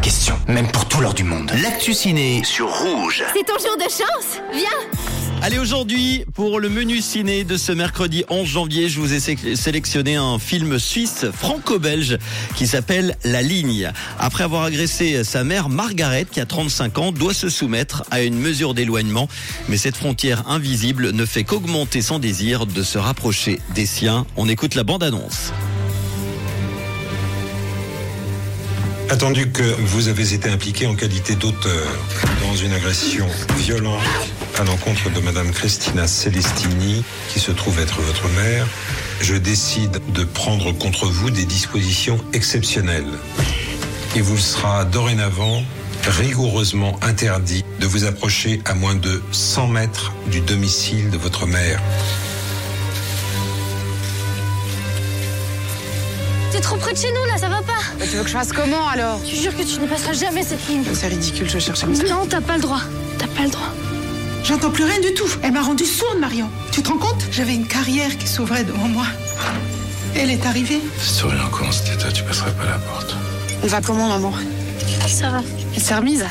question, même pour tout l'or du monde. L'actu ciné sur Rouge. C'est ton jour de chance. Viens. Allez, aujourd'hui, pour le menu ciné de ce mercredi 11 janvier, je vous ai sélectionné un film suisse franco-belge qui s'appelle La Ligne. Après avoir agressé sa mère, Margaret, qui a 35 ans, doit se soumettre à une mesure d'éloignement. Mais cette frontière invisible ne fait qu'augmenter son désir de se rapprocher des siens. On écoute la bande-annonce. Attendu que vous avez été impliqué en qualité d'auteur dans une agression violente à l'encontre de Madame Cristina Celestini, qui se trouve être votre mère, je décide de prendre contre vous des dispositions exceptionnelles. Il vous sera dorénavant rigoureusement interdit de vous approcher à moins de 100 mètres du domicile de votre mère. T'es trop près de chez nous là, ça va pas. Tu veux que je fasse comment alors? Je jure que tu ne passeras jamais cette ligne. C'est ridicule, je cherche comme ça. Non, t'as pas le droit. T'as pas le droit. J'entends plus rien du tout. Elle m'a rendue sourde, Marion. Tu te rends compte? J'avais une carrière qui s'ouvrait devant moi. Elle est arrivée. Si tu reviens encore en cet état, tu passerais pas la porte. Elle va comment, maman? Ça va. Elle s'est remise?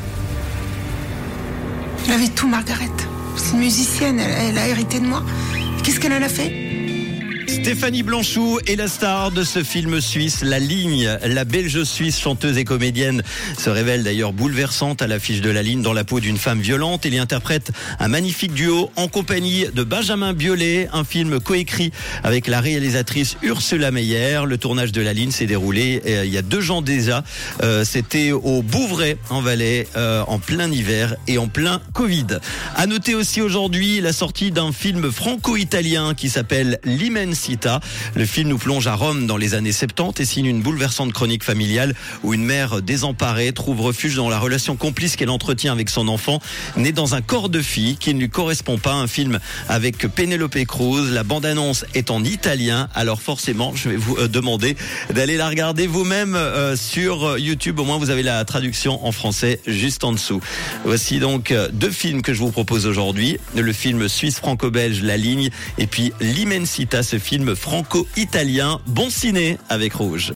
J'avais tout, Margaret. C'est une musicienne, elle a hérité de moi. Qu'est-ce qu'elle en a fait? Stéphanie Blanchou est la star de ce film suisse, La Ligne. La belge suisse, chanteuse et comédienne, se révèle d'ailleurs bouleversante à l'affiche de La Ligne dans la peau d'une femme violente. Elle y interprète un magnifique duo en compagnie de Benjamin Biolay, un film coécrit avec la réalisatrice Ursula Meyer. Le tournage de La Ligne s'est déroulé il y a 2 ans déjà. C'était au Bouvray en Valais, en plein hiver et en plein Covid. À noter aussi aujourd'hui la sortie d'un film franco-italien qui s'appelle L'Immensità. Le film nous plonge à Rome dans les années 70 et signe une bouleversante chronique familiale où une mère désemparée trouve refuge dans la relation complice qu'elle entretient avec son enfant, né dans un corps de fille qui ne lui correspond pas. Un film avec Penelope Cruz. La bande-annonce est en italien, alors forcément, je vais vous demander d'aller la regarder vous-même sur YouTube. Au moins, vous avez la traduction en français juste en dessous. Voici donc 2 films que je vous propose aujourd'hui. Le film suisse franco-belge La Ligne et puis L'Immensità, ce film franco-italien. Bon ciné avec Rouge.